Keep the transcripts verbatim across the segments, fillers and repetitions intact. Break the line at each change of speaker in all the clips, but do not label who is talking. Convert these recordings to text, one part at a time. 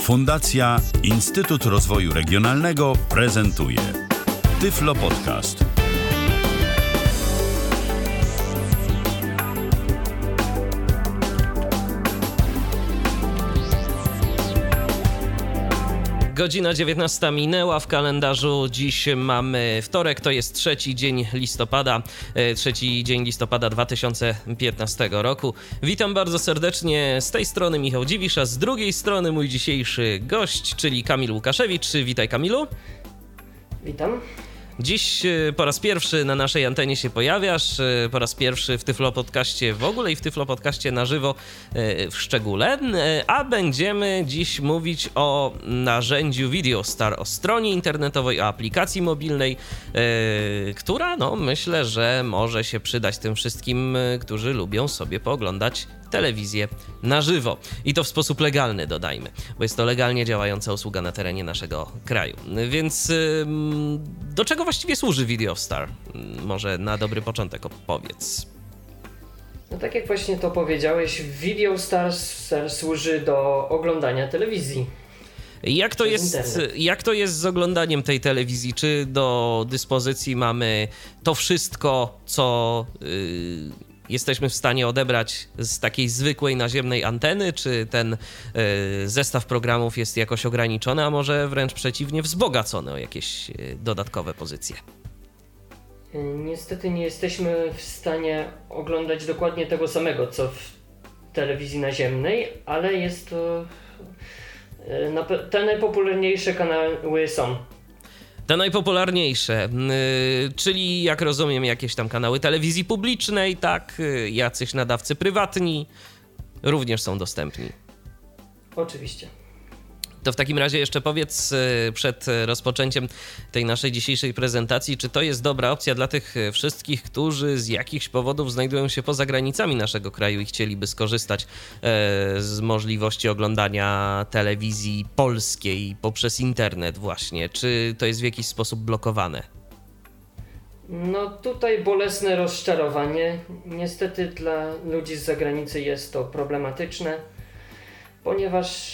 Fundacja Instytut Rozwoju Regionalnego prezentuje Tyflo Podcast.
Godzina dziewiętnasta minęła w kalendarzu. Dziś mamy wtorek, to jest trzeci dzień listopada, trzeci dzień listopada dwa tysiące piętnastego roku. Witam bardzo serdecznie, z tej strony Michał Dziwisz, a z drugiej strony mój dzisiejszy gość, czyli Kamil Łukaszewicz. Witaj, Kamilu.
Witam.
Dziś po raz pierwszy na naszej antenie się pojawiasz, po raz pierwszy w Tyflo Podcaście w ogóle i w Tyflo Podcaście na żywo w szczególe, a będziemy dziś mówić o narzędziu VideoStar, o stronie internetowej, o aplikacji mobilnej, która no myślę, że może się przydać tym wszystkim, którzy lubią sobie pooglądać telewizję na żywo. I to w sposób legalny, dodajmy, bo jest to legalnie działająca usługa na terenie naszego kraju. Więc do czego właściwie służy VideoStar? Może na dobry początek opowiedz.
No tak jak właśnie to powiedziałeś, VideoStar służy do oglądania telewizji.
Jak to, jest, jak to jest z oglądaniem tej telewizji? Czy do dyspozycji mamy to wszystko, co yy, jesteśmy w stanie odebrać z takiej zwykłej naziemnej anteny? Czy ten yy, zestaw programów jest jakoś ograniczony, a może wręcz przeciwnie, wzbogacony o jakieś yy, dodatkowe pozycje?
Niestety nie jesteśmy w stanie oglądać dokładnie tego samego, co w telewizji naziemnej, ale jest to... Te najpopularniejsze kanały są.
Te najpopularniejsze, yy, czyli jak rozumiem jakieś tam kanały telewizji publicznej, tak, yy, jacyś nadawcy prywatni również są dostępni.
Oczywiście.
To w takim razie jeszcze powiedz yy, przed rozpoczęciem tej naszej dzisiejszej prezentacji, czy to jest dobra opcja dla tych wszystkich, którzy z jakichś powodów znajdują się poza granicami naszego kraju i chcieliby skorzystać yy, z możliwości oglądania telewizji polskiej poprzez internet właśnie. Czy to jest w jakiś sposób blokowane?
No tutaj bolesne rozczarowanie. Niestety dla ludzi z zagranicy jest to problematyczne, ponieważ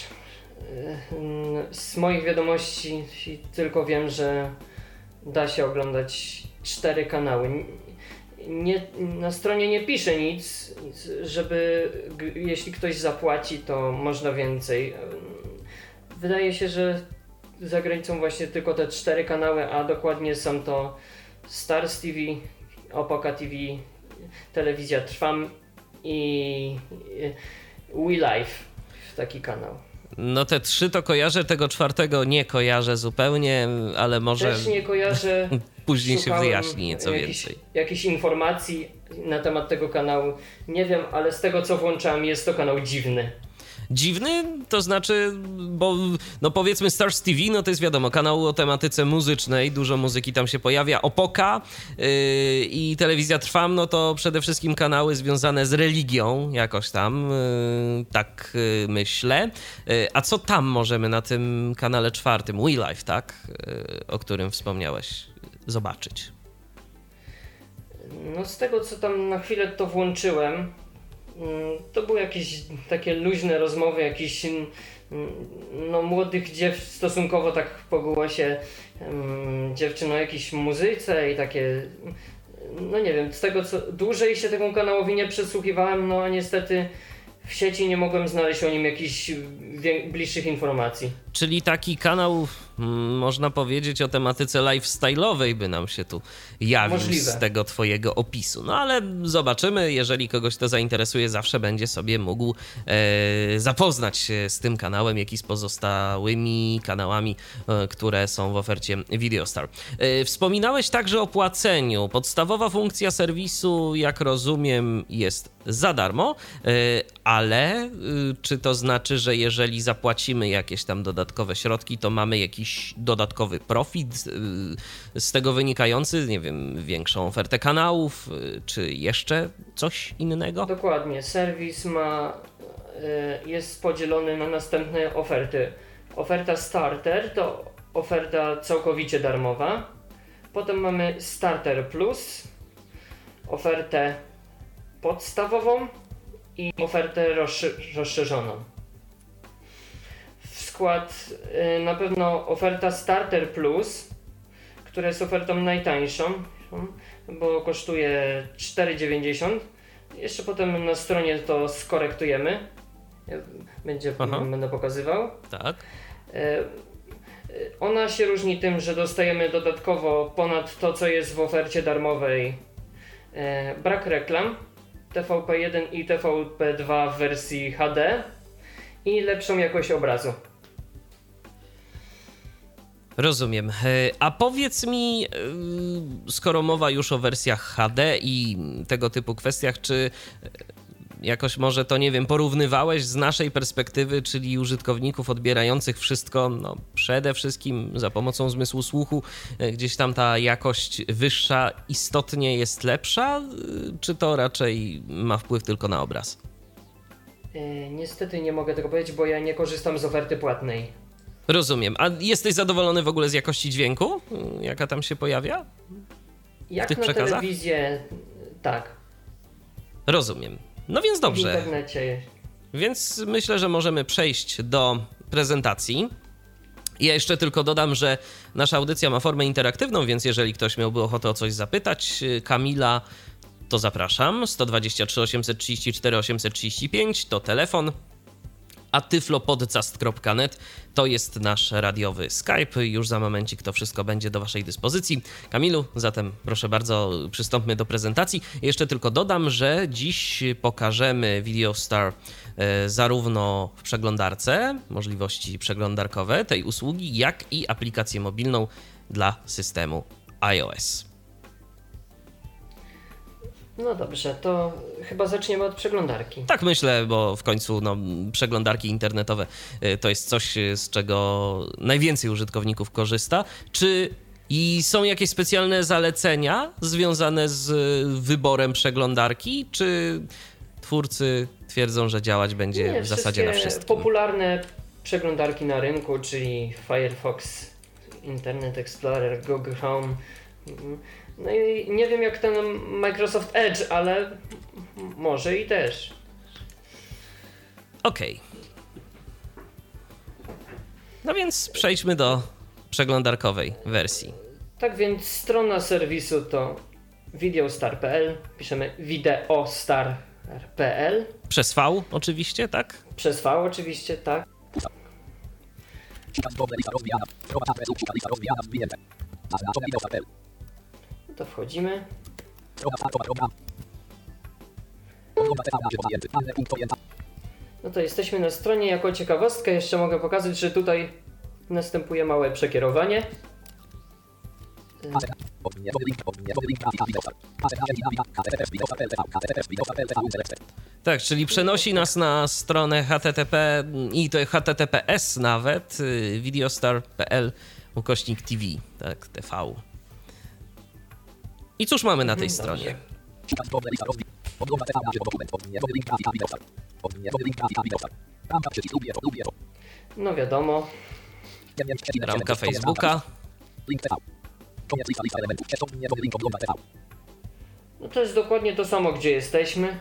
z moich wiadomości tylko wiem, że da się oglądać cztery kanały. Nie, na stronie nie pisze nic, żeby jeśli ktoś zapłaci, to można więcej. Wydaje się, że za granicą właśnie tylko te cztery kanały, a dokładnie są to Stars T V, Opoka T V, Telewizja Trwam i WeLive, taki kanał.
No te trzy to kojarzę, tego czwartego nie kojarzę zupełnie, ale może
też nie kojarzę.
Później się wyjaśni nieco
jakiś,
więcej.
Jakichś informacji na temat tego kanału nie wiem, ale z tego co włączałem, jest to kanał dziwny.
Dziwny? To znaczy, bo no powiedzmy Stars T V, no to jest wiadomo, kanał o tematyce muzycznej, dużo muzyki tam się pojawia, Opoka yy, i Telewizja Trwam, no to przede wszystkim kanały związane z religią jakoś tam, yy, tak yy, myślę. Yy, a co tam możemy na tym kanale czwartym, WeLive, tak, yy, o którym wspomniałeś, zobaczyć?
No z tego co tam na chwilę to włączyłem, to były jakieś takie luźne rozmowy jakichś no, młodych dziew stosunkowo tak po głosie um, dziewczyn o jakiejś muzyce i takie, no nie wiem, z tego co dłużej się temu kanałowi nie przesłuchiwałem, no a niestety w sieci nie mogłem znaleźć o nim jakichś wie- bliższych informacji.
Czyli taki kanał, można powiedzieć, o tematyce lifestyle'owej by nam się tu jawił. Możliwe. Z tego twojego opisu. No ale zobaczymy, jeżeli kogoś to zainteresuje, zawsze będzie sobie mógł e, zapoznać się z tym kanałem, jak i z pozostałymi kanałami, e, które są w ofercie VideoStar. E, wspominałeś także o płaceniu. Podstawowa funkcja serwisu, jak rozumiem, jest za darmo, e, ale e, czy to znaczy, że jeżeli zapłacimy jakieś tam dodatkowe środki, to mamy jakiś dodatkowy profit z tego wynikający, nie wiem, większą ofertę kanałów, czy jeszcze coś innego?
Dokładnie. Serwis ma, jest podzielony na następne oferty. Oferta Starter to oferta całkowicie darmowa. Potem mamy Starter Plus, ofertę podstawową i ofertę rozszy- rozszerzoną. W przykład na pewno oferta Starter Plus, która jest ofertą najtańszą, bo kosztuje cztery dziewięćdziesiąt. Jeszcze potem na stronie to skorektujemy. Będzie, będę pokazywał.
Tak.
Ona się różni tym, że dostajemy dodatkowo ponad to, co jest w ofercie darmowej, brak reklam, T V P jeden i T V P dwa w wersji H D i lepszą jakość obrazu.
Rozumiem. A powiedz mi, skoro mowa już o wersjach H D i tego typu kwestiach, czy jakoś może to, nie wiem, porównywałeś z naszej perspektywy, czyli użytkowników odbierających wszystko, no przede wszystkim za pomocą zmysłu słuchu, gdzieś tam ta jakość wyższa istotnie jest lepsza, czy to raczej ma wpływ tylko na obraz?
Yy, niestety nie mogę tego powiedzieć, bo ja nie korzystam z oferty płatnej.
Rozumiem. A jesteś zadowolony w ogóle z jakości dźwięku, jaka tam się pojawia?
Jak
w tych
na
przekazach?
telewizję, tak.
Rozumiem. No więc dobrze.
W internecie.
Więc myślę, że możemy przejść do prezentacji. Ja jeszcze tylko dodam, że nasza audycja ma formę interaktywną, więc jeżeli ktoś miałby ochotę o coś zapytać Kamila, to zapraszam. jeden dwa trzy, osiem trzy cztery, osiem trzy pięć to telefon, a tyflopodcast kropka net to jest nasz radiowy Skype. Już za momencik to wszystko będzie do waszej dyspozycji. Kamilu, zatem proszę bardzo, przystąpmy do prezentacji. Jeszcze tylko dodam, że dziś pokażemy VideoStar e, zarówno w przeglądarce, możliwości przeglądarkowe tej usługi, jak i aplikację mobilną dla systemu iOS.
No dobrze, to chyba zaczniemy od przeglądarki.
Tak myślę, bo w końcu no, przeglądarki internetowe to jest coś, z czego najwięcej użytkowników korzysta. Czy i są jakieś specjalne zalecenia związane z wyborem przeglądarki, czy twórcy twierdzą, że działać będzie
Nie,
w zasadzie na wszystkim?
Popularne przeglądarki na rynku, czyli Firefox, Internet Explorer, Google Chrome. No i nie wiem jak ten Microsoft Edge, ale może i też.
Okej. Okay. No więc przejdźmy do przeglądarkowej wersji.
Tak więc strona serwisu to videostar kropka p l. Piszemy videostar kropka p l.
Przez V oczywiście, tak?
Przez V oczywiście, tak. To wchodzimy. No to jesteśmy na stronie. Jako ciekawostkę jeszcze mogę pokazać, że tutaj następuje małe przekierowanie.
Tak, czyli przenosi nas na stronę H T T P i to H T T P S nawet, videostar kropka p l ukośnik T V, tak, T V. I cóż mamy na tej stronie?
No wiadomo.
Ramka Facebooka.
No to jest dokładnie to samo, gdzie jesteśmy.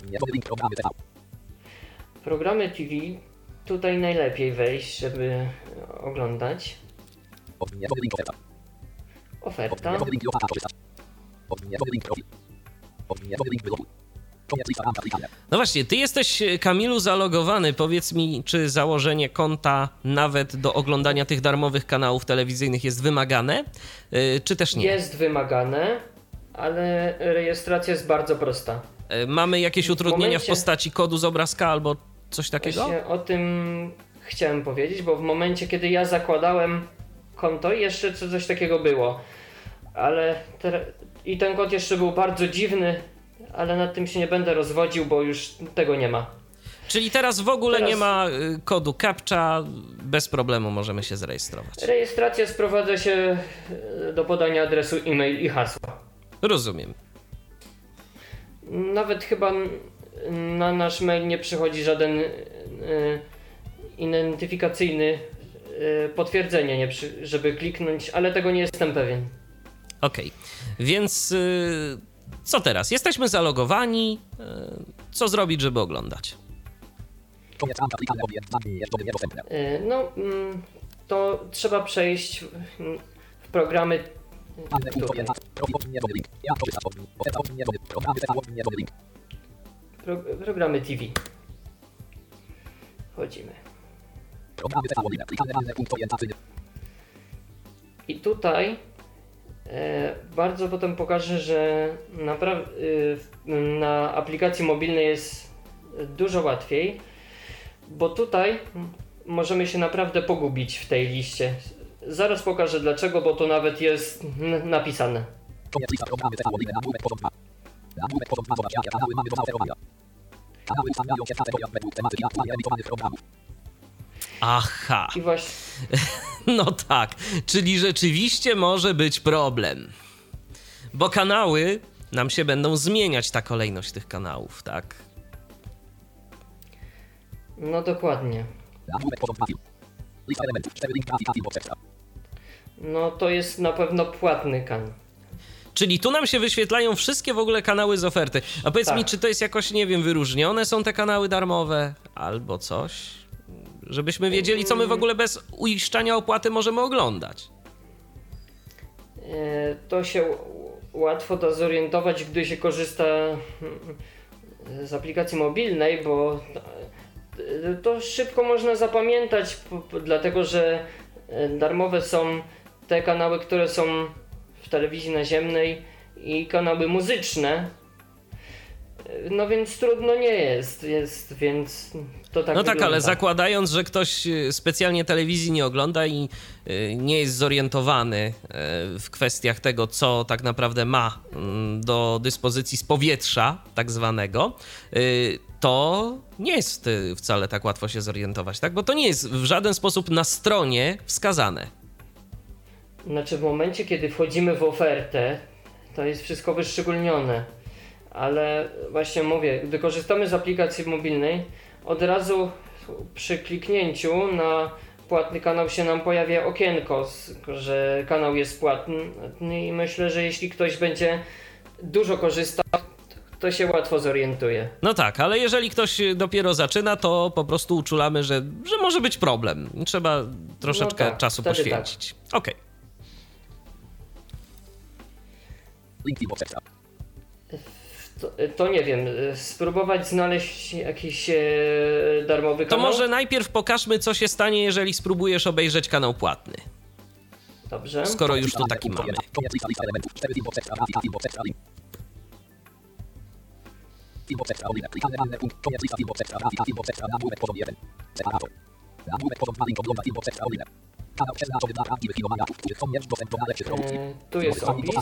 Programy T V. Tutaj najlepiej wejść, żeby oglądać. Oferta.
No właśnie, ty jesteś, Kamilu, zalogowany. Powiedz mi, czy założenie konta nawet do oglądania tych darmowych kanałów telewizyjnych jest wymagane, czy też nie?
Jest wymagane, ale rejestracja jest bardzo prosta.
Mamy jakieś utrudnienia w, momencie... w postaci kodu z obrazka albo coś takiego?
Właśnie o tym chciałem powiedzieć, bo w momencie, kiedy ja zakładałem konto, jeszcze coś takiego było. Ale te... i ten kod jeszcze był bardzo dziwny, ale nad tym się nie będę rozwodził, bo już tego nie ma.
Czyli teraz w ogóle
teraz...
nie ma kodu captcha, bez problemu możemy się zarejestrować.
Rejestracja sprowadza się do podania adresu e-mail i hasła.
Rozumiem.
Nawet chyba na nasz mail nie przychodzi żaden y, identyfikacyjny y, potwierdzenie, nie przy, żeby kliknąć, ale tego nie jestem pewien.
Okej, okay. Więc y, co teraz? Jesteśmy zalogowani. Y, co zrobić, żeby oglądać?
No, to trzeba przejść w programy. Pro, programy T V. Wchodzimy. I tutaj e, bardzo potem pokażę, że napra- e, na aplikacji mobilnej jest dużo łatwiej, bo tutaj możemy się naprawdę pogubić w tej liście. Zaraz pokażę dlaczego, bo to nawet jest n- napisane.
Aha.
I właśnie...
No tak, czyli rzeczywiście może być problem. Bo kanały nam się będą zmieniać, ta kolejność tych kanałów, tak?
No dokładnie. No to jest na pewno płatny kanał.
Czyli tu nam się wyświetlają wszystkie w ogóle kanały z oferty. A powiedz
tak.
mi, czy to jest jakoś, nie wiem, wyróżnione są te kanały darmowe albo coś? Żebyśmy wiedzieli, co my w ogóle bez uiszczania opłaty możemy oglądać.
To się łatwo da zorientować, gdy się korzysta z aplikacji mobilnej, bo to szybko można zapamiętać, dlatego że darmowe są te kanały, które są w telewizji naziemnej i kanały muzyczne. No więc trudno nie jest, jest więc to tak
No
wygląda.
tak, ale zakładając, że ktoś specjalnie telewizji nie ogląda i nie jest zorientowany w kwestiach tego, co tak naprawdę ma do dyspozycji z powietrza tak zwanego, to nie jest wcale tak łatwo się zorientować, tak? Bo to nie jest w żaden sposób na stronie wskazane.
Znaczy w momencie, kiedy wchodzimy w ofertę, to jest wszystko wyszczególnione. Ale właśnie mówię, gdy korzystamy z aplikacji mobilnej, od razu przy kliknięciu na płatny kanał się nam pojawia okienko, że kanał jest płatny i myślę, że jeśli ktoś będzie dużo korzystał, to się łatwo zorientuje.
No tak, ale jeżeli ktoś dopiero zaczyna, to po prostu uczulamy, że, że może być problem. Trzeba troszeczkę no tak, czasu poświęcić. Tak. Okej. Okay.
To, to nie wiem, spróbować znaleźć jakiś e, darmowy kanał?
To może najpierw pokażmy, co się stanie, jeżeli spróbujesz obejrzeć kanał płatny.
Dobrze.
Skoro już tu taki mamy.
Eee, tu jest opis.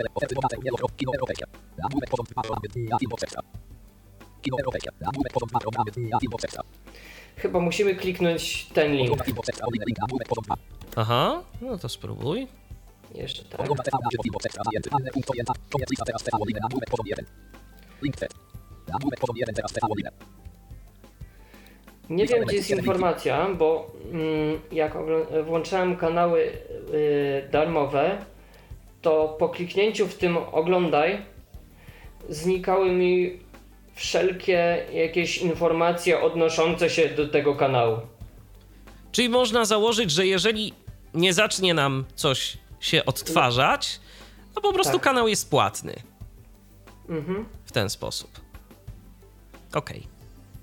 Chyba musimy kliknąć ten link.
Aha, no to spróbuj.
Jeszcze tak. Nie wiem, gdzie jest informacja, bo mm, jak włączałem kanały y, darmowe, to po kliknięciu w tym oglądaj znikały mi wszelkie jakieś informacje odnoszące się do tego kanału.
Czyli można założyć, że jeżeli nie zacznie nam coś się odtwarzać, to po prostu tak. Kanał jest płatny.
Mhm.
W ten sposób. Okej. Okay.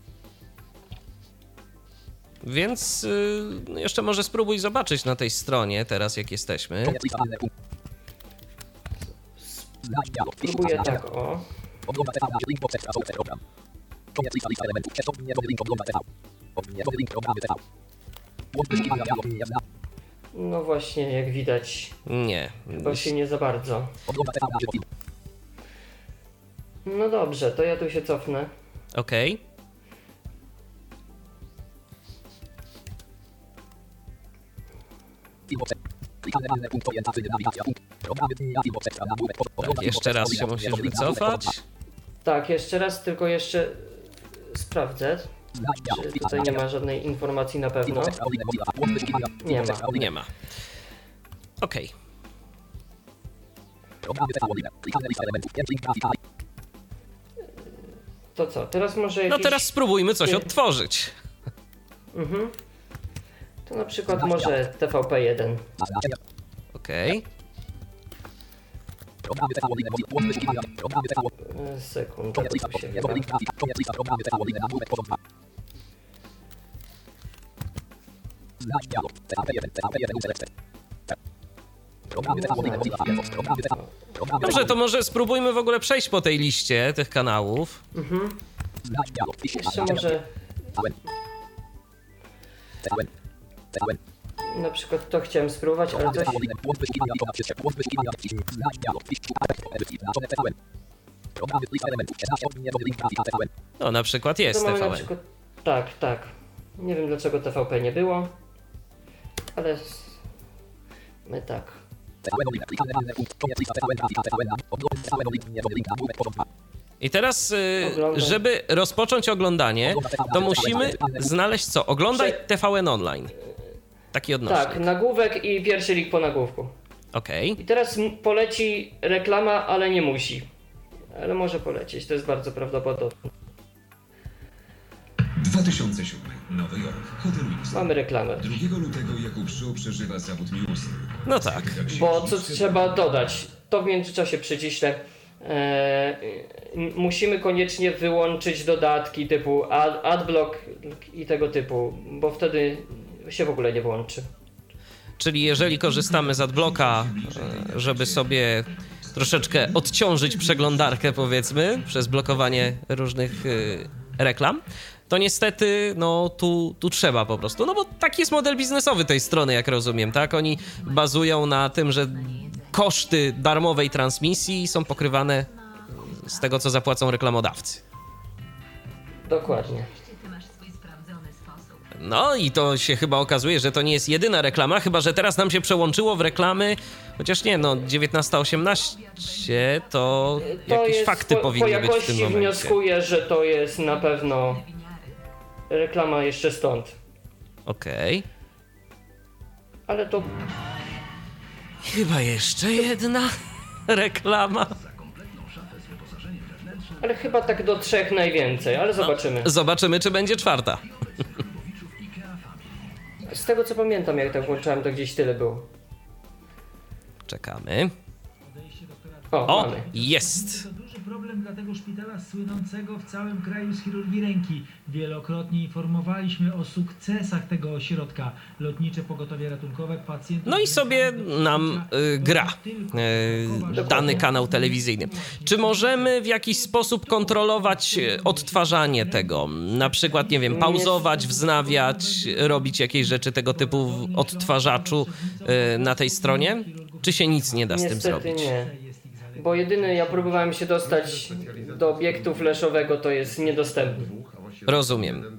Więc yy, jeszcze może spróbuj zobaczyć na tej stronie, teraz jak jesteśmy.
Spróbuję tak, o. No właśnie, jak widać.
Nie.
Chyba się nie za bardzo. No dobrze, to ja tu się cofnę.
Okej. Okay. Tak, jeszcze raz się musisz wycofać.
Tak, jeszcze raz, tylko jeszcze sprawdzę, czy tutaj nie ma żadnej informacji na pewno. Nie ma.
Nie ma. Okej.
To co, teraz może jakieś...
No teraz spróbujmy coś odtworzyć.
Mhm. To na przykład może T V P jeden.
Okej.
Okay. Sekunda, to się chyba...
Dobrze, to może spróbujmy w ogóle przejść po tej liście tych kanałów.
Mhm. Jeszcze może... Na przykład to chciałem spróbować, ale coś...
No, na przykład jest
To mamy
T V N.
na przykład... Tak, tak. Nie wiem dlaczego T V P nie było, ale my tak.
I teraz, y, żeby rozpocząć oglądanie, to musimy znaleźć co? Oglądaj T V N Online. Taki odnośnik.
Tak, nagłówek i pierwszy link po nagłówku.
Okej.
I teraz m- poleci reklama, ale nie musi. Ale może polecieć, to jest bardzo prawdopodobne.
dwa tysiące siódmy. Nowy Jork. Hotel Windsor.
Mamy reklamę.
drugiego lutego Jakub Szu przeżywa zawód miłosny.
No tak.
Bo co trzeba dodać, to w międzyczasie przyciślę. E, m- musimy koniecznie wyłączyć dodatki typu ad, adblock i tego typu, bo wtedy się w ogóle nie włączy.
Czyli jeżeli korzystamy z adblocka, e, żeby sobie troszeczkę odciążyć przeglądarkę, powiedzmy, przez blokowanie różnych y, reklam, to niestety, no tu, tu trzeba po prostu, no bo taki jest model biznesowy tej strony, jak rozumiem, tak? Oni bazują na tym, że koszty darmowej transmisji są pokrywane z tego, co zapłacą reklamodawcy.
Dokładnie.
No i to się chyba okazuje, że to nie jest jedyna reklama, chyba że teraz nam się przełączyło w reklamy, chociaż nie, no dziewiętnasta osiemnaście to,
To
jakieś
jest,
fakty
po,
powinny
po
być w tym
jakości
momencie.
wnioskuję, że to jest na pewno reklama jeszcze stąd.
Okej.
Ale to
Chyba jeszcze jedna reklama.
ale chyba tak do trzech najwięcej, ale zobaczymy.
Zobaczymy, czy będzie czwarta.
Z tego co pamiętam, jak tak włączałem, to gdzieś tyle było.
Czekamy.
O,
O,
mamy.
jest.
To duży problem dla tego szpitala słynącego w całym kraju z chirurgii ręki. Wielokrotnie informowaliśmy o sukcesach tego ośrodka. Lotnicze pogotowie ratunkowe pacjentów...
No i sobie nam y, gra y, dany kanał telewizyjny. Czy możemy w jakiś sposób kontrolować y, odtwarzanie tego? Na przykład, nie wiem, pauzować, wznawiać, robić jakieś rzeczy tego typu w odtwarzaczu y, na tej stronie? Czy się nic nie da z tym
Niestety
zrobić?
nie. Bo jedyny, ja próbowałem się dostać do obiektu flashowego, to jest niedostępny.
Rozumiem.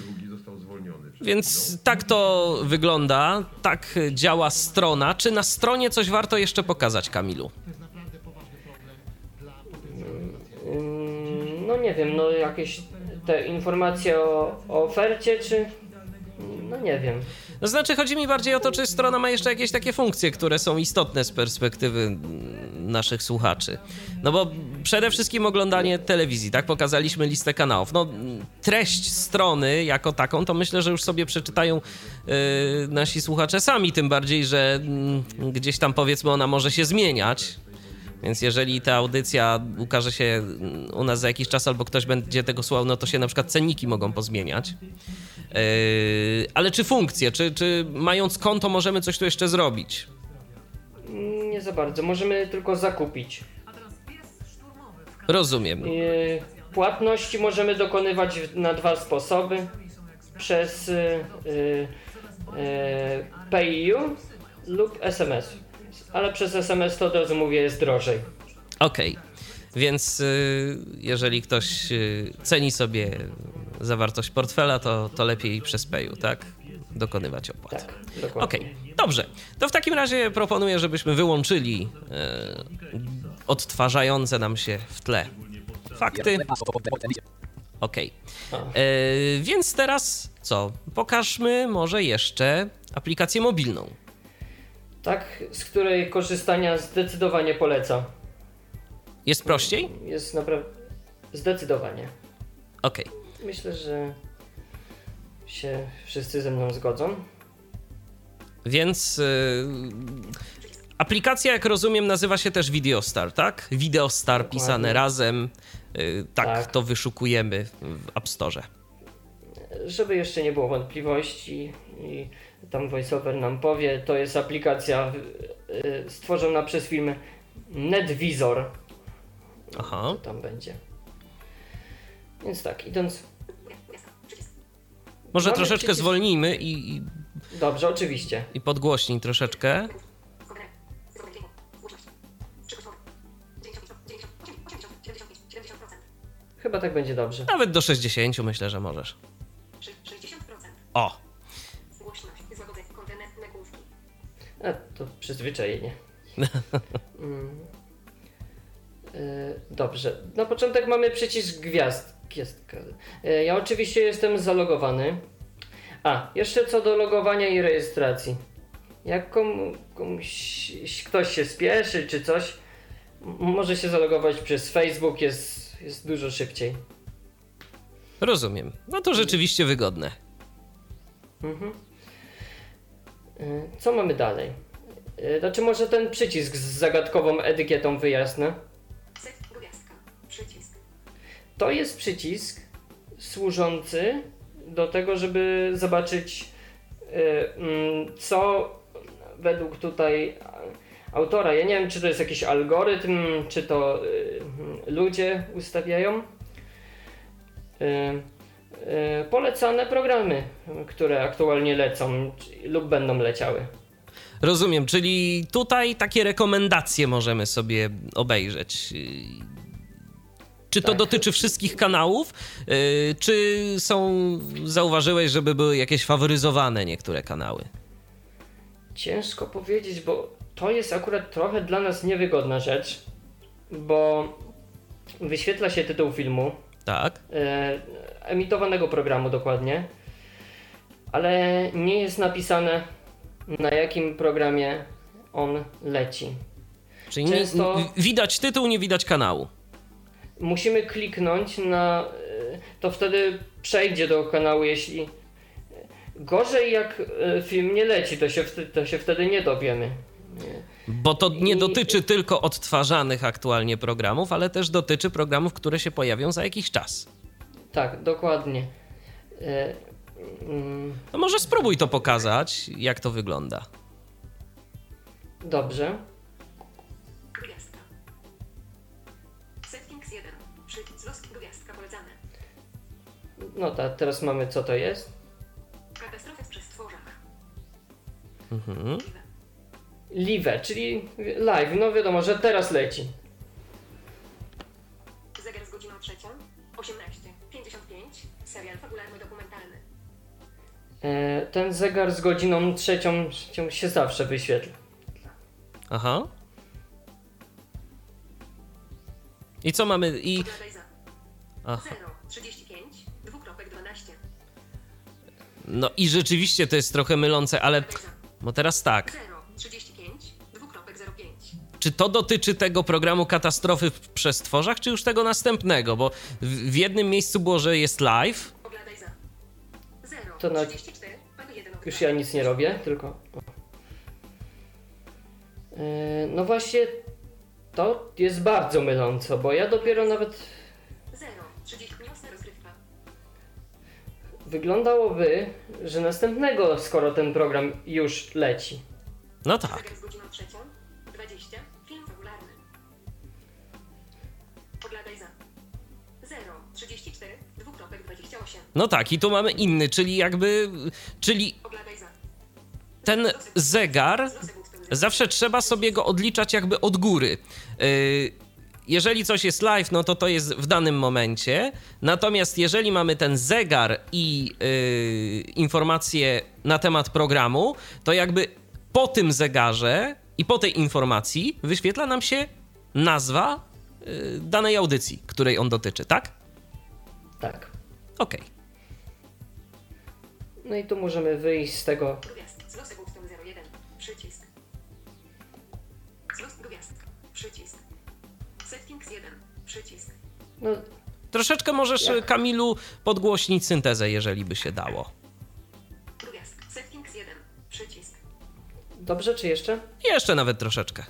Więc tak to wygląda, tak działa strona. Czy na stronie coś warto jeszcze pokazać, Kamilu?
Mm, No nie wiem, no jakieś te informacje o, o ofercie, czy... No nie wiem.
To znaczy, chodzi mi bardziej o to, czy strona ma jeszcze jakieś takie funkcje, które są istotne z perspektywy naszych słuchaczy. No bo przede wszystkim oglądanie telewizji, tak? Pokazaliśmy listę kanałów. No treść strony jako taką, to myślę, że już sobie przeczytają yy, nasi słuchacze sami, tym bardziej, że yy, gdzieś tam powiedzmy ona może się zmieniać. Więc jeżeli ta audycja ukaże się u nas za jakiś czas albo ktoś będzie tego słuchał, no to się na przykład cenniki mogą pozmieniać. Yy, ale czy funkcje, czy, czy mając konto możemy coś tu jeszcze zrobić?
Nie za bardzo, możemy tylko zakupić.
Rozumiem.
Yy, Płatności możemy dokonywać na dwa sposoby. Przez yy, yy, PayU lub S M S. Ale przez S M S to od razu mówię jest drożej.
Okej, okay. Więc y, jeżeli ktoś y, ceni sobie zawartość portfela, to, to lepiej przez Payu, tak? Dokonywać opłat.
Tak, dokładnie.
Okej, okay. Dobrze. To w takim razie proponuję, żebyśmy wyłączyli y, odtwarzające nam się w tle fakty. Okej. Okay. Y, więc teraz co? Pokażmy może jeszcze aplikację mobilną.
Tak, z której korzystania zdecydowanie polecam.
Jest prościej?
Jest naprawdę... Zdecydowanie.
Okej. Okay.
Myślę, że się wszyscy ze mną zgodzą.
Więc yy, aplikacja, jak rozumiem, nazywa się też Videostar, tak? Videostar
Dokładnie.
pisane razem. Yy, tak,
Tak.
to wyszukujemy w App Store.
Żeby jeszcze nie było wątpliwości i tam VoiceOver nam powie, to jest aplikacja y, stworzona przez firmę NetVisor.
Aha.
Co tam będzie. Więc tak, idąc...
Może
Mamy
troszeczkę
przycisk-
zwolnijmy i, i,
Dobrze, oczywiście.
i podgłośnij troszeczkę.
Chyba tak będzie dobrze.
Nawet do sześćdziesięciu myślę, że możesz.
sześćdziesiąt procent.
O!
Głośność, złagodzenie, kontener, nagłówki.
A, to przyzwyczajenie. mm. y, dobrze. Na początek mamy przycisk gwiazd. Gwiazdka. Y, ja oczywiście jestem zalogowany. A, jeszcze co do logowania i rejestracji. Jak komu, komuś, ktoś się spieszy czy coś, m- może się zalogować przez Facebook, jest, jest dużo szybciej.
Rozumiem. No to rzeczywiście wygodne.
Mhm. Y, Co mamy dalej? Y, Znaczy może ten przycisk z zagadkową etykietą wyjasnę.
Set, gwiazdka, przycisk.
To jest przycisk służący do tego, żeby zobaczyć y, mm, co według tutaj autora, ja nie wiem czy to jest jakiś algorytm, czy to y, ludzie ustawiają, y, y, polecane programy, które aktualnie lecą czy- lub będą leciały.
Rozumiem, czyli tutaj takie rekomendacje możemy sobie obejrzeć. Czy to
Tak.
dotyczy wszystkich kanałów, yy, czy są, zauważyłeś, żeby były jakieś faworyzowane niektóre kanały?
Ciężko powiedzieć, bo to jest akurat trochę dla nas niewygodna rzecz, bo wyświetla się tytuł filmu,
Tak?
e, emitowanego programu dokładnie, ale nie jest napisane na jakim programie on leci.
Czyli nie,
Często-
n- widać tytuł, nie widać kanału.
Musimy kliknąć na, e, to wtedy przejdzie do kanału, jeśli gorzej jak e, film nie leci, to się, wtedy, to się wtedy nie dowiemy.
Bo to nie
I-
dotyczy tylko odtwarzanych aktualnie programów, ale też dotyczy programów, które się pojawią za jakiś czas.
Tak, dokładnie. E, mm,
No może spróbuj to pokazać, jak to wygląda.
Dobrze.
Gwiazdka. Settings jeden. Przycisk, los, gwiazdka, polecane.
No tak, teraz mamy co to jest.
Katastrofy w przestworzach.
Mhm.
Piwe.
Live, czyli live, no wiadomo, że teraz leci.
Zegar z godziną trzecią. osiemnaście pięćdziesiąt pięć. Serial fabularny dokumentalny.
E, ten zegar z godziną trzecią trzecią się zawsze wyświetla.
Aha. I co mamy? I...
Podladaj za.
Aha.
zero trzydzieści pięć. Dwukropek dwanaście.
No i rzeczywiście to jest trochę mylące, ale...
Podladaj za.
Bo teraz tak.
zero trzydzieści pięć. Dwukropek zero pięć.
Czy to dotyczy tego programu Katastrofy w przestworzach, czy już tego następnego? Bo w, w jednym miejscu było, że jest live.
Podladaj za. zero
To na-
trzydzieści cztery. jeden
Już ja nic nie robię, tylko... E, no właśnie, to jest bardzo myląco, bo ja dopiero nawet...
zero trzydzieści. Miłosna rozgrywka.
Wyglądałoby, że następnego, skoro ten program już leci.
No tak.
Zegar z godziną trzecią. dwadzieścia. Film fabularny. Podladaj za. zero trzydzieści cztery. Dwukropek dwadzieścia osiem.
No tak, i tu mamy inny, czyli jakby... Czyli
Podladaj za.
ten zegar... Zawsze trzeba sobie go odliczać jakby od góry. Yy, jeżeli coś jest live, no to to jest w danym momencie. Natomiast jeżeli mamy ten zegar i yy, informacje na temat programu, to jakby po tym zegarze i po tej informacji wyświetla nam się nazwa yy, danej audycji, której on dotyczy, tak?
Tak.
Okej.
No i tu możemy wyjść z tego...
Gwiazd. Z losem ustom zero jeden. Przycisk. Z los gwiazdka. Przycisk. Settings jeden. Przycisk.
No,
Troszeczkę możesz,
Jak?
Kamilu, podgłośnić syntezę, jeżeli by się dało.
Settings jeden. Przycisk.
Dobrze, czy jeszcze?
Jeszcze nawet troszeczkę.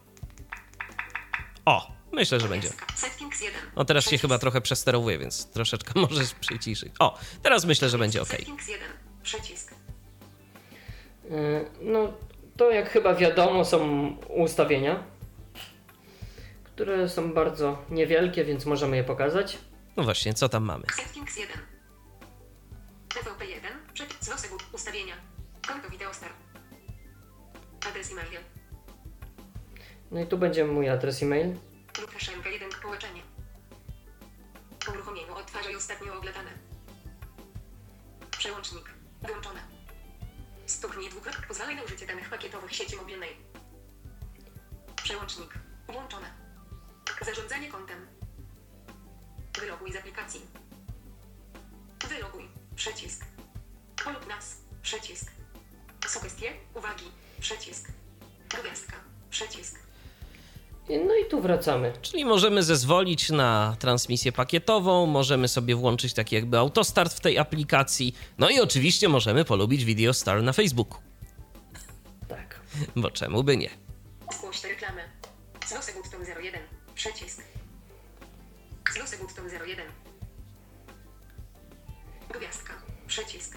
O, myślę, że będzie.
Settings jeden.
O, teraz się
Przycisk.
chyba trochę przesterowuje, więc troszeczkę możesz przyciszyć. O, teraz myślę, że będzie ok.
Settings jeden. Przycisk.
Yy, No, to jak chyba wiadomo są ustawienia, które są bardzo niewielkie, więc możemy je pokazać.
No właśnie, co tam mamy?
Settings jeden. T V P jeden. Przycisk. Zlosy ustawienia. Konto Videostar. Adres e-mail.
No i tu będzie mój adres e-mail.
Lukaszenka jeden. Połączenie. Po uruchomieniu odtwarzaj ostatnio oglądane. Przełącznik. Wyłączone. Stuknij dwukrotnie. Pozwalaj na użycie danych pakietowych sieci mobilnej. Przełącznik. Włączone. Zarządzanie kontem. Wyloguj z aplikacji. Wyloguj. Przycisk. Polub nas. Przycisk. Sugestie. Uwagi. Przycisk. Gwiazdka. Przycisk.
No i tu wracamy.
Czyli możemy zezwolić na transmisję pakietową, możemy sobie włączyć taki jakby autostart w tej aplikacji, no i oczywiście możemy polubić Videostar na Facebooku.
Tak.
Bo czemu by nie?
Zgłoś te reklamy. Zlosy Woodstone zero jeden. Przycisk. Zlosy Woodstone zero jeden. Gwiazdka. Przycisk.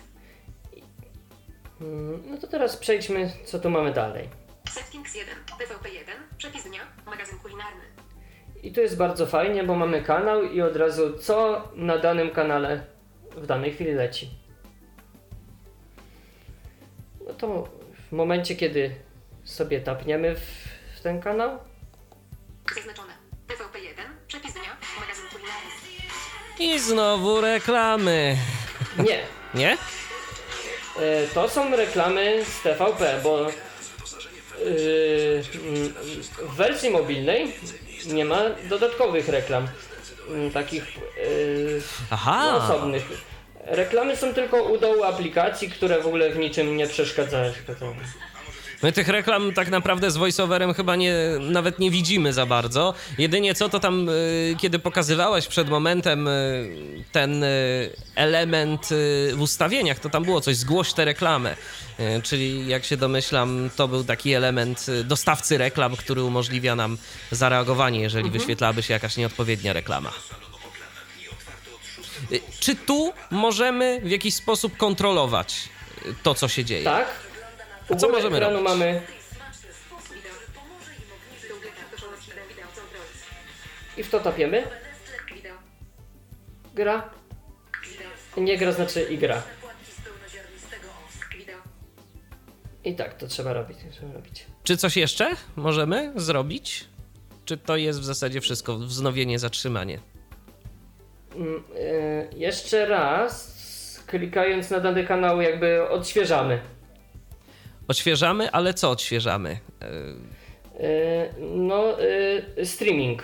Mm, No to teraz przejdźmy, co tu mamy dalej.
Settings jeden. T V P jeden. Przepis dnia. Magazyn kulinarny.
I tu jest bardzo fajnie, bo mamy kanał i od razu co na danym kanale w danej chwili leci. No to w momencie, kiedy sobie tapniemy w, w ten kanał,
Zaznaczone. T V P jeden. Przepis dnia. Magazyn kulinarny.
I znowu reklamy.
nie,
Nie?
e, to są reklamy z T V P, bo e, mm, w wersji mobilnej nie ma dodatkowych reklam, mm, takich e,
Aha.
no, osobnych. Reklamy są tylko u dołu aplikacji, które w ogóle w niczym nie przeszkadzają.
My tych reklam tak naprawdę z voiceoverem chyba nie, nawet nie widzimy za bardzo. Jedynie co to tam, y, kiedy pokazywałeś przed momentem y, ten y, element y, w ustawieniach, to tam było coś, zgłoś tę reklamę. Y, czyli jak się domyślam, to był taki element y, dostawcy reklam, który umożliwia nam zareagowanie, jeżeli mhm. wyświetlałaby się jakaś nieodpowiednia reklama. Y, czy tu możemy w jakiś sposób kontrolować y, to, co się dzieje?
Tak. U
Co
góry
możemy
ekranu
robić?
mamy
Wideo. Pomoże i mogliśmy do użycia doszło odświeżenia wideo kontroli.
i w to tapiemy.
Wideo.
Gra.
Wideo.
Nie gra znaczy i gra.
Wideo.
I tak to trzeba robić. Trzeba robić.
Czy coś jeszcze możemy zrobić? Czy to jest w zasadzie wszystko? Wznowienie, zatrzymanie?
Mm, y, jeszcze raz, klikając na dany kanał, jakby odświeżamy.
Odświeżamy, ale co odświeżamy? Yy,
Y, no, y, streaming.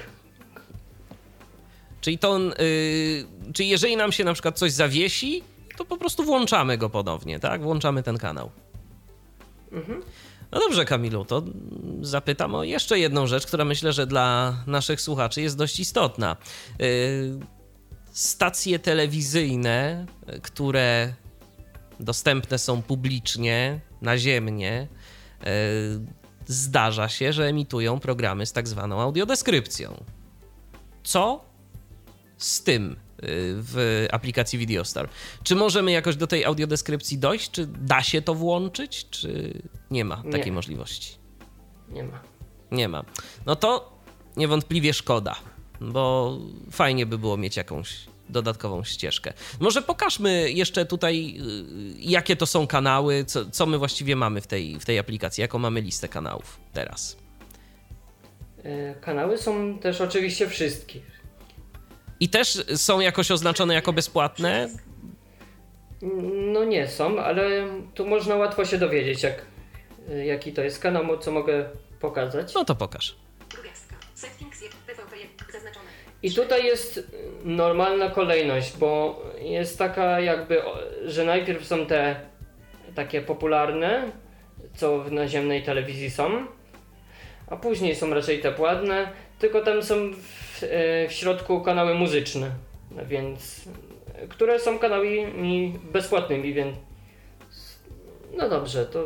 czyli to, yy, czyli jeżeli nam się na przykład coś zawiesi, to po prostu włączamy go ponownie, tak? Włączamy ten kanał.
Mhm.
No dobrze, Kamilu, to zapytam o jeszcze jedną rzecz, która myślę, że dla naszych słuchaczy jest dość istotna. Yy, stacje telewizyjne, które dostępne są publicznie, naziemnie, yy, zdarza się, że emitują programy z tak zwaną audiodeskrypcją. Co z tym yy, w aplikacji Videostar? Czy możemy jakoś do tej audiodeskrypcji dojść? Czy da się to włączyć? Czy nie ma takiej
Nie.
możliwości?
Nie ma.
Nie ma. No to niewątpliwie szkoda, bo fajnie by było mieć jakąś dodatkową ścieżkę. Może pokażmy jeszcze tutaj, jakie to są kanały, co, co my właściwie mamy w tej, w tej aplikacji, jaką mamy listę kanałów teraz.
Y, kanały są też oczywiście wszystkie.
I też są jakoś oznaczone jako bezpłatne?
No nie są, ale tu można łatwo się dowiedzieć, jak, y, jaki to jest kanał, co mogę pokazać.
No to pokaż.
Gwiazdka. Settings jeden. T V P jeden. Zaznaczone.
I tutaj jest normalna kolejność, bo jest taka jakby, o, że najpierw są te takie popularne, co w naziemnej telewizji są, a później są raczej te płatne, tylko tam są w, e, w środku kanały muzyczne, więc które są kanałami bezpłatnymi, więc No dobrze, to...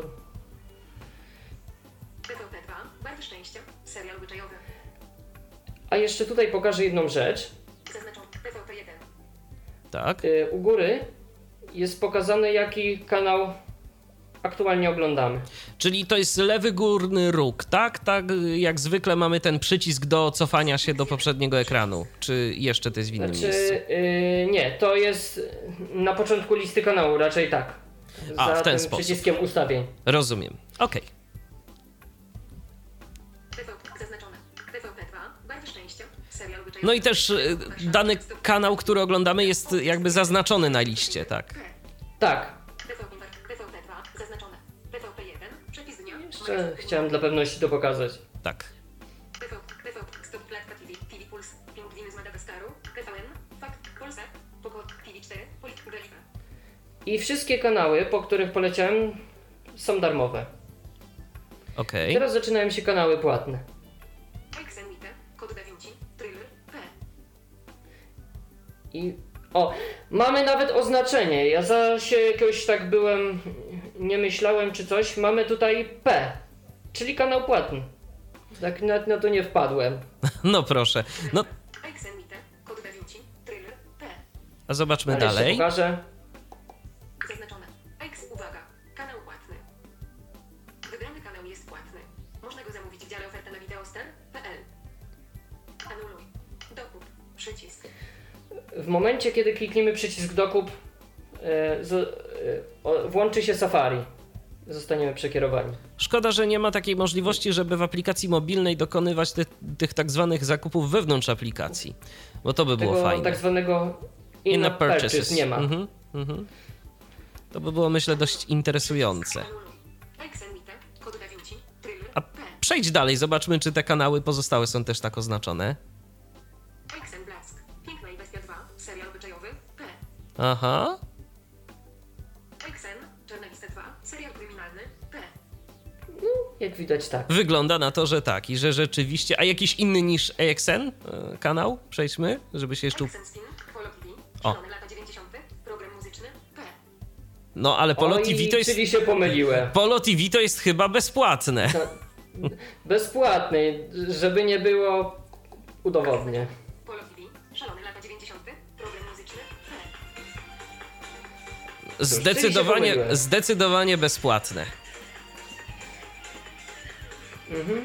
T V P dwa, Barwy Szczęścia, serial obyczajowy.
A jeszcze tutaj pokażę jedną rzecz.
Zaznaczony T V P jeden.
Tak.
Y, u góry jest pokazane, jaki kanał aktualnie oglądamy.
Czyli to jest lewy górny róg, tak? Tak jak zwykle mamy ten przycisk do cofania się do poprzedniego ekranu. Czy jeszcze to jest w innym
Znaczy,
miejscu?
y, nie, to jest na początku listy kanału, raczej tak.
A,
Za
w ten
tym
sposób.
przyciskiem ustawień.
Rozumiem. Okej.
T V P zaznaczone. T V P dwa, Barwy Szczęścia, serial obyczajowy.
No i też y, dany kanał, który oglądamy, jest jakby zaznaczony na liście, tak?
Tak.
T V P dwa, zaznaczone. T V P jeden, przepis dnia.
Jeszcze chciałem dla pewności to pokazać.
Tak.
T V P, T V P, Stop Klatka T V, T V Puls, Pingwiny z Madagaskaru, T V N, Fakt, Polsat, Pokód, T V cztery, Polityka Reliwa.
I wszystkie kanały, po których poleciałem, są darmowe.
Okej.
Teraz zaczynają się kanały płatne.
Exenite, Kod Da Vinci, Thriller, P.
I o, mamy nawet oznaczenie. Ja za się jakoś tak byłem, nie myślałem czy coś. Mamy tutaj P, czyli kanał płatny. Tak na, na to nie wpadłem.
No proszę. No,
Exenite, Kod Da Vinci, Thriller, P.
a zobaczmy
Ale jeszcze
dalej.
pokażę.
Zaznaczone. Ex, uwaga, kanał płatny. Wybrany kanał jest płatny. Można go zamówić w dziale oferta na wideostar kropka p l. Anuluj. Dokup. Przycisk.
W momencie, kiedy klikniemy przycisk dokup, e, z, e, o, włączy się Safari. Zostaniemy przekierowani.
Szkoda, że nie ma takiej możliwości, żeby w aplikacji mobilnej dokonywać tych, tych tak zwanych zakupów wewnątrz aplikacji, bo to by było
Tego
fajne.
tak zwanego in-app purchase nie ma.
Mhm, mhm. To by było, myślę, dość interesujące.
Anuluj. Exenite, Kod Da Vinci, Thriller,
A
P.
przejdź dalej, zobaczmy, czy te kanały pozostałe są też tak oznaczone.
Exen Blask. Piękna i Bestia dwa, serial obyczajowy, P.
Aha.
Exen, Czarna Lista dwa, serial kryminalny, P.
Jak widać tak.
Wygląda na to, że tak i że rzeczywiście... A jakiś inny niż A X N e, kanał? Przejdźmy, żeby się jeszcze...
Exen Spin, Polo T V,
O.
szalone lata dziewięćdziesiąte, program muzyczny, P.
No, ale Polo
Oj,
T V to jest...
czyli się pomyliłem.
Polo T V to jest chyba bezpłatne.
Bezpłatny, żeby nie było, udowodnię.
Polo T V, szalone lata dziewięćdziesiąte, program muzyczny, P.
Zdecydowanie,
pomyliłem.
zdecydowanie bezpłatne.
Mhm.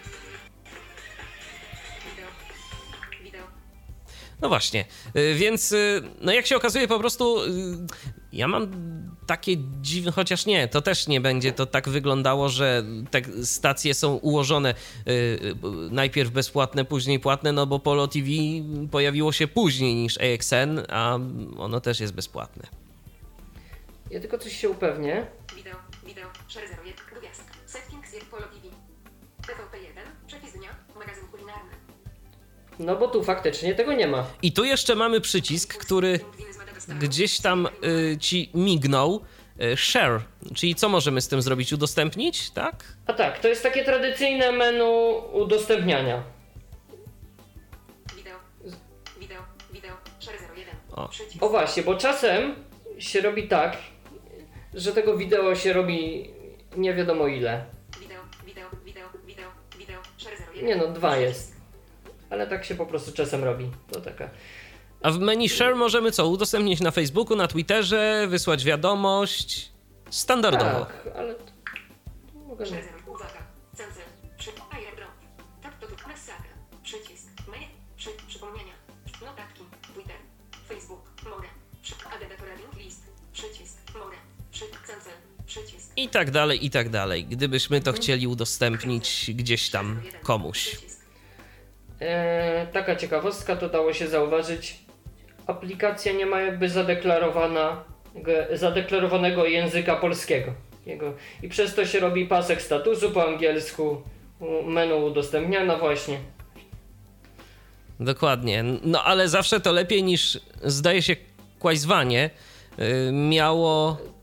Wideo. Wideo.
No właśnie, y, więc y, no jak się okazuje po prostu y, ja mam takie dziwne, chociaż nie, to też nie będzie to tak wyglądało, że te stacje są ułożone y, y, najpierw bezpłatne, później płatne, no bo Polo T V pojawiło się później niż A X N, a ono też jest bezpłatne.
Ja tylko coś się upewnię.
Wideo. Wideo. cztery zero jeden. Gwiazdka. Settings jest Polo T V. T V P jeden. Przepis dnia. Magazyn kulinarny.
No bo tu faktycznie tego nie ma.
I tu jeszcze mamy przycisk, który
Pingwiny z Madagaskaru.
gdzieś tam y, ci mignął, y, share, czyli co możemy z tym zrobić? Udostępnić, tak?
A tak, to jest takie tradycyjne menu udostępniania.
Wideo. Wideo. Wideo. cztery zero jeden.
O.
Przycisk.
O właśnie, bo czasem się robi tak, że tego wideo się robi nie wiadomo ile.
Wideo. Wideo. Wideo. Wideo. Wideo. cztery zero jeden.
Nie no, dwa jest. Ale tak się po prostu czasem robi. To taka...
A w menu share możemy co? Udostępnić na Facebooku, na Twitterze, wysłać wiadomość. Standardowo.
Tak, ale... to- to mogę...
cztery zero. Uwaga. Cancel. Przy... Airdrop. Tak to tu. Masaka. Przycisk. Mail. Przy... Przypomnienia. Notatki. Twitter. Facebook. More. Przy... Agenda link list. Przycisk. More. Przy... Cancel. Przycisk.
I tak dalej, i tak dalej. Gdybyśmy to chcieli udostępnić gdzieś tam komuś.
Przycisk.
Eee, taka ciekawostka, to dało się zauważyć. Aplikacja nie ma jakby zadeklarowana, zadeklarowanego języka polskiego. Jego, I przez to się robi pasek statusu po angielsku, menu udostępniana właśnie.
Dokładnie. No ale zawsze to lepiej niż, zdaje się, Quaizwanie yy, miało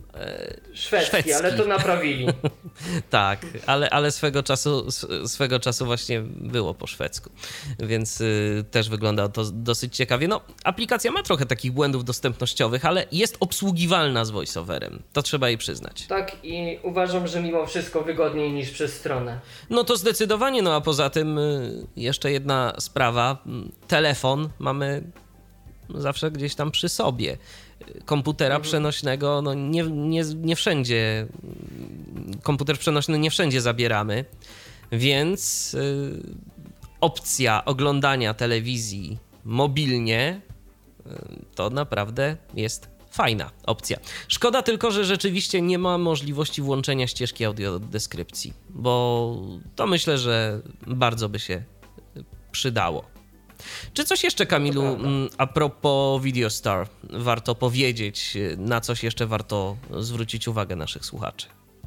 Szwedzki,
szwedzki,
ale to naprawili.
Tak, ale, ale swego czasu, swego czasu właśnie było po szwedzku, więc y, też wygląda to dosyć ciekawie. No, aplikacja ma trochę takich błędów dostępnościowych, ale jest obsługiwalna z voiceoverem, to trzeba jej przyznać.
Tak, i uważam, że mimo wszystko wygodniej niż przez stronę.
No to zdecydowanie, no a poza tym y, jeszcze jedna sprawa, telefon mamy zawsze gdzieś tam przy sobie. Komputera mhm. przenośnego, no nie, nie, nie wszędzie, komputer przenośny nie wszędzie zabieramy, więc y, opcja oglądania telewizji mobilnie y, to naprawdę jest fajna opcja. Szkoda tylko, że rzeczywiście nie ma możliwości włączenia ścieżki audiodeskrypcji, bo to myślę, że bardzo by się przydało. Czy coś jeszcze, Kamilu, a propos Videostar warto powiedzieć, na coś jeszcze warto zwrócić uwagę naszych słuchaczy?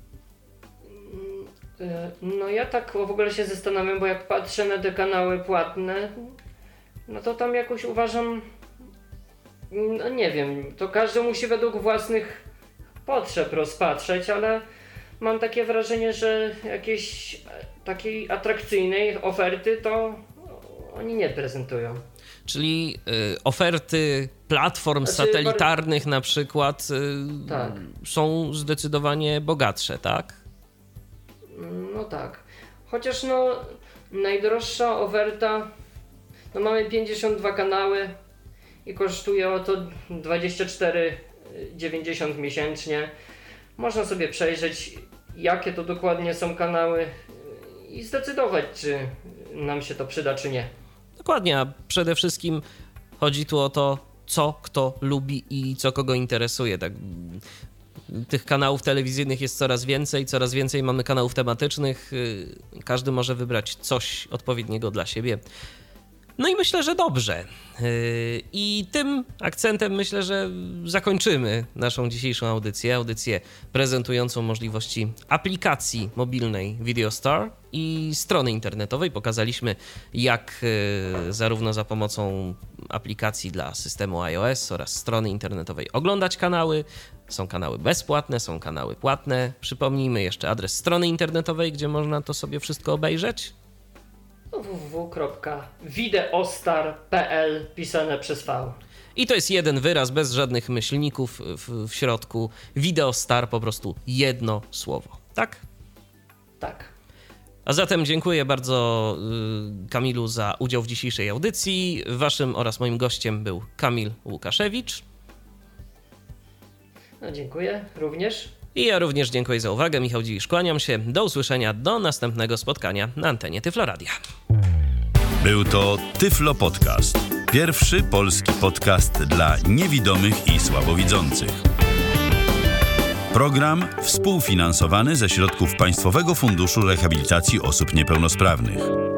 No ja tak w ogóle się zastanawiam, bo jak patrzę na te kanały płatne, no to tam jakoś uważam, no nie wiem, to każdy musi według własnych potrzeb rozpatrzeć, ale mam takie wrażenie, że jakiejś takiej atrakcyjnej oferty to oni nie prezentują.
Czyli y, oferty platform znaczy, satelitarnych bar... na przykład y, tak. są zdecydowanie bogatsze, tak?
No tak. Chociaż no najdroższa oferta, no mamy pięćdziesiąt dwa kanały i kosztuje to dwadzieścia cztery dziewięćdziesiąt miesięcznie. Można sobie przejrzeć, jakie to dokładnie są kanały i zdecydować, czy nam się to przyda, czy nie.
Dokładnie, a przede wszystkim chodzi tu o to, co kto lubi i co kogo interesuje. Tak, tych kanałów telewizyjnych jest coraz więcej, coraz więcej mamy kanałów tematycznych. Każdy może wybrać coś odpowiedniego dla siebie. No i myślę, że dobrze. I tym akcentem myślę, że zakończymy naszą dzisiejszą audycję. Audycję prezentującą możliwości aplikacji mobilnej Videostar i strony internetowej. Pokazaliśmy, jak zarówno za pomocą aplikacji dla systemu iOS oraz strony internetowej oglądać kanały. Są kanały bezpłatne, są kanały płatne. Przypomnijmy jeszcze adres strony internetowej, gdzie można to sobie wszystko obejrzeć.
w w w kropka videostar kropka p l pisane przez V.
I to jest jeden wyraz, bez żadnych myślników w, w środku. Videostar, po prostu jedno słowo, tak?
Tak.
A zatem dziękuję bardzo y, Kamilu za udział w dzisiejszej audycji. Waszym oraz moim gościem był Kamil Łukaszewicz.
No dziękuję również.
I ja również dziękuję za uwagę. Michał Dziwisz, kłaniam się. Do usłyszenia, do następnego spotkania na antenie Tyflo Radia.
Był to Tyflo Podcast. Pierwszy polski podcast dla niewidomych i słabowidzących. Program współfinansowany ze środków Państwowego Funduszu Rehabilitacji Osób Niepełnosprawnych.